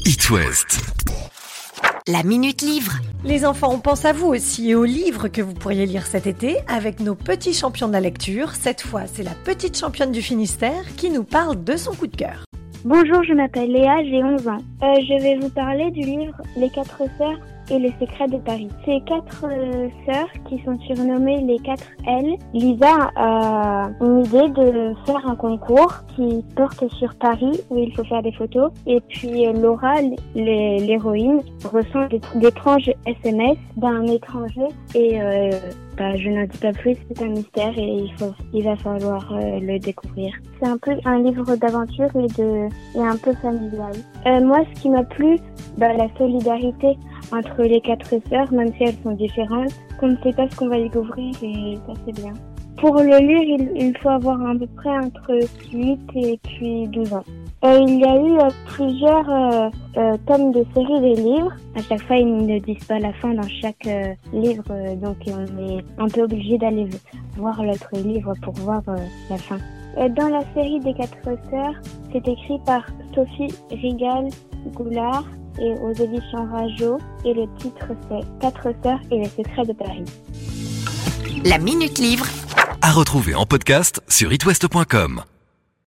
It West. La Minute Livre. Les enfants, on pense à vous aussi et aux livres que vous pourriez lire cet été avec nos petits champions de la lecture. Cette fois, c'est la petite championne du Finistère qui nous parle de son coup de cœur. Bonjour, je m'appelle Léa, j'ai 11 ans. Je vais vous parler du livre Les 4 sœurs et les secrets de Paris. Ces 4 sœurs qui sont surnommées les 4 L. Lisa a une idée de faire un concours qui porte sur Paris où il faut faire des photos. Et puis Laura, l'héroïne, reçoit d'étranges SMS d'un étranger et je n'en dis pas plus, c'est un mystère et il va falloir le découvrir. C'est un peu un livre d'aventure et un peu familial. Moi, ce qui m'a plu, la solidarité entre les 4 sœurs, même si elles sont différentes, qu'on ne sait pas ce qu'on va découvrir et ça c'est bien. Pour le lire, il faut avoir à peu près entre 8 et puis 12 ans. Il y a eu plusieurs tomes de série des livres. À chaque fois, ils ne disent pas la fin dans chaque livre, donc on est un peu obligé d'aller voir l'autre livre pour voir la fin. Dans la série des 4 sœurs, c'est écrit par Sophie Rigal-Goulard et aux éditions Rajo, et le titre c'est 4 sœurs et les secrets de Paris. La Minute Livre. À retrouver en podcast sur itwest.com.